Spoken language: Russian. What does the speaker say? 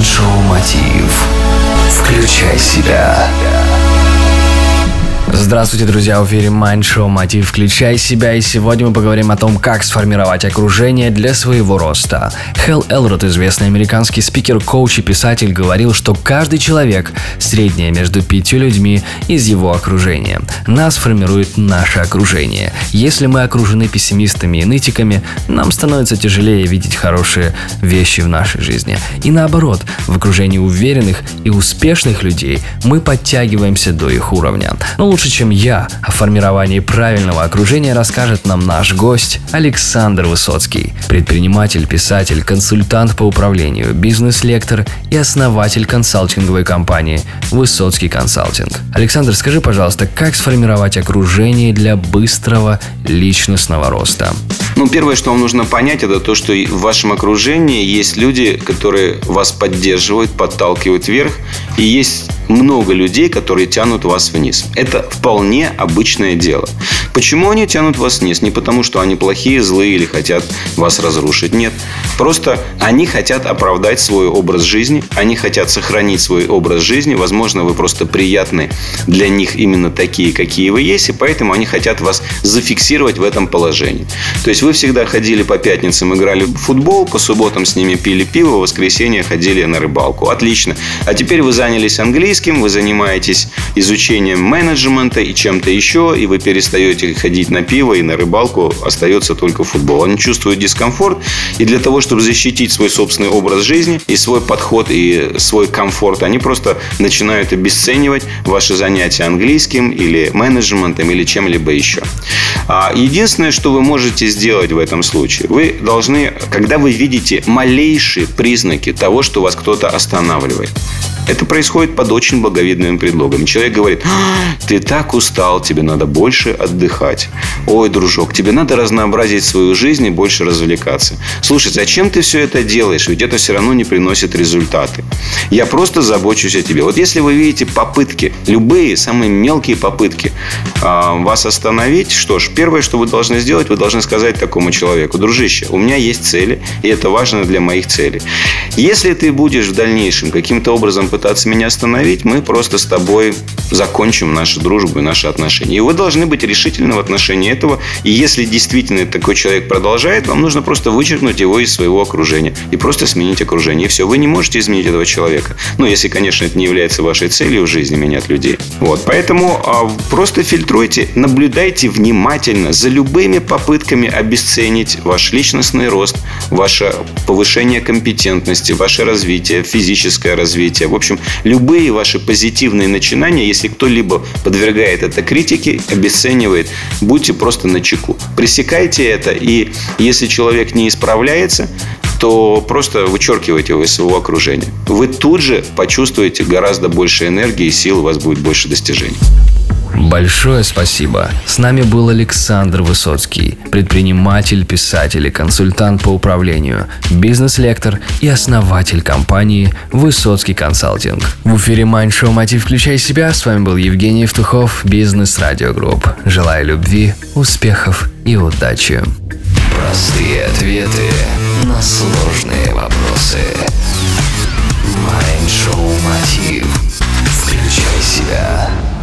Майнд-шоу «Мотив». Включай себя. Здравствуйте, друзья, в эфире Майнд-шоу «Мотив». Включай себя, и сегодня мы поговорим о том, как сформировать окружение для своего роста. Хэл Элрод, известный американский спикер, коуч и писатель, говорил, что каждый человек – среднее между 5 людьми из его окружения. Нас формирует наше окружение. Если мы окружены пессимистами и нытиками, нам становится тяжелее видеть хорошие вещи в нашей жизни. И наоборот, в окружении уверенных и успешных людей мы подтягиваемся до их уровня. Но лучше, чем я, о формировании правильного окружения расскажет нам наш гость Александр Высоцкий. Предприниматель, писатель, консультант по управлению, бизнес-лектор и основатель консалтинговой компании «Высоцкий консалтинг». Александр, скажи, пожалуйста, как сформировать окружение для быстрого личностного роста? Первое, что вам нужно понять, это то, что в вашем окружении есть люди, которые вас поддерживают, подталкивают вверх, и есть много людей, которые тянут вас вниз. Это вполне обычное дело. Почему они тянут вас вниз? Не потому, что они плохие, злые или хотят вас разрушить. Нет. Просто они хотят оправдать свой образ жизни. Они хотят сохранить свой образ жизни. Возможно, вы просто приятны для них именно такие, какие вы есть. И поэтому они хотят вас зафиксировать в этом положении. То есть, вы всегда ходили по пятницам, играли в футбол. По субботам с ними пили пиво. В воскресенье ходили на рыбалку. Отлично. А теперь вы занялись английским. Вы занимаетесь изучением менеджмента и чем-то еще. И вы перестаете ходить на пиво и на рыбалку, остается только футбол. Они чувствуют дискомфорт, и для того, чтобы защитить свой собственный образ жизни и свой подход и свой комфорт, они просто начинают обесценивать ваши занятия английским или менеджментом или чем-либо еще. Единственное, что вы можете сделать в этом случае, вы должны, когда вы видите малейшие признаки того, что вас кто-то останавливает, это происходит под очень благовидным предлогом. Человек говорит: ты так устал, тебе надо больше отдыхать. Ой, дружок, тебе надо разнообразить свою жизнь и больше развлекаться. Слушай, зачем ты все это делаешь? Ведь это все равно не приносит результаты. Я просто забочусь о тебе. Вот если вы видите попытки, любые, самые мелкие попытки вас остановить, что ж, первое, что вы должны сделать, вы должны сказать такому человеку: дружище, у меня есть цели, и это важно для моих целей. Если ты будешь в дальнейшем каким-то образом пытаться меня остановить, мы просто с тобой закончим нашу дружбу и наши отношения. И вы должны быть решительны в отношении этого. И если действительно такой человек продолжает, вам нужно просто вычеркнуть его из своего окружения и просто сменить окружение. И все. Вы не можете изменить этого человека. Если, конечно, это не является вашей целью в жизни — менять людей. Поэтому просто фильтруйте, наблюдайте внимательно за любыми попытками обесценить ваш личностный рост, ваше повышение компетентности, ваше развитие, физическое развитие. В общем, любые ваши позитивные начинания, если кто-либо подвергает это критике, обесценивает, будьте просто начеку. Пресекайте это, и если человек не исправляется, то просто вычеркивайте его из своего окружения. Вы тут же почувствуете гораздо больше энергии и сил, у вас будет больше достижений. Большое спасибо. С нами был Александр Высоцкий, предприниматель, писатель и консультант по управлению, бизнес-лектор и основатель компании «Высоцкий консалтинг». В эфире Майнд-шоу «Мотив. Включай себя». С вами был Евгений Евтухов, Бизнес Радио Групп. Желаю любви, успехов и удачи. Простые ответы на сложные вопросы. Майнд-шоу «Мотив». Включай себя.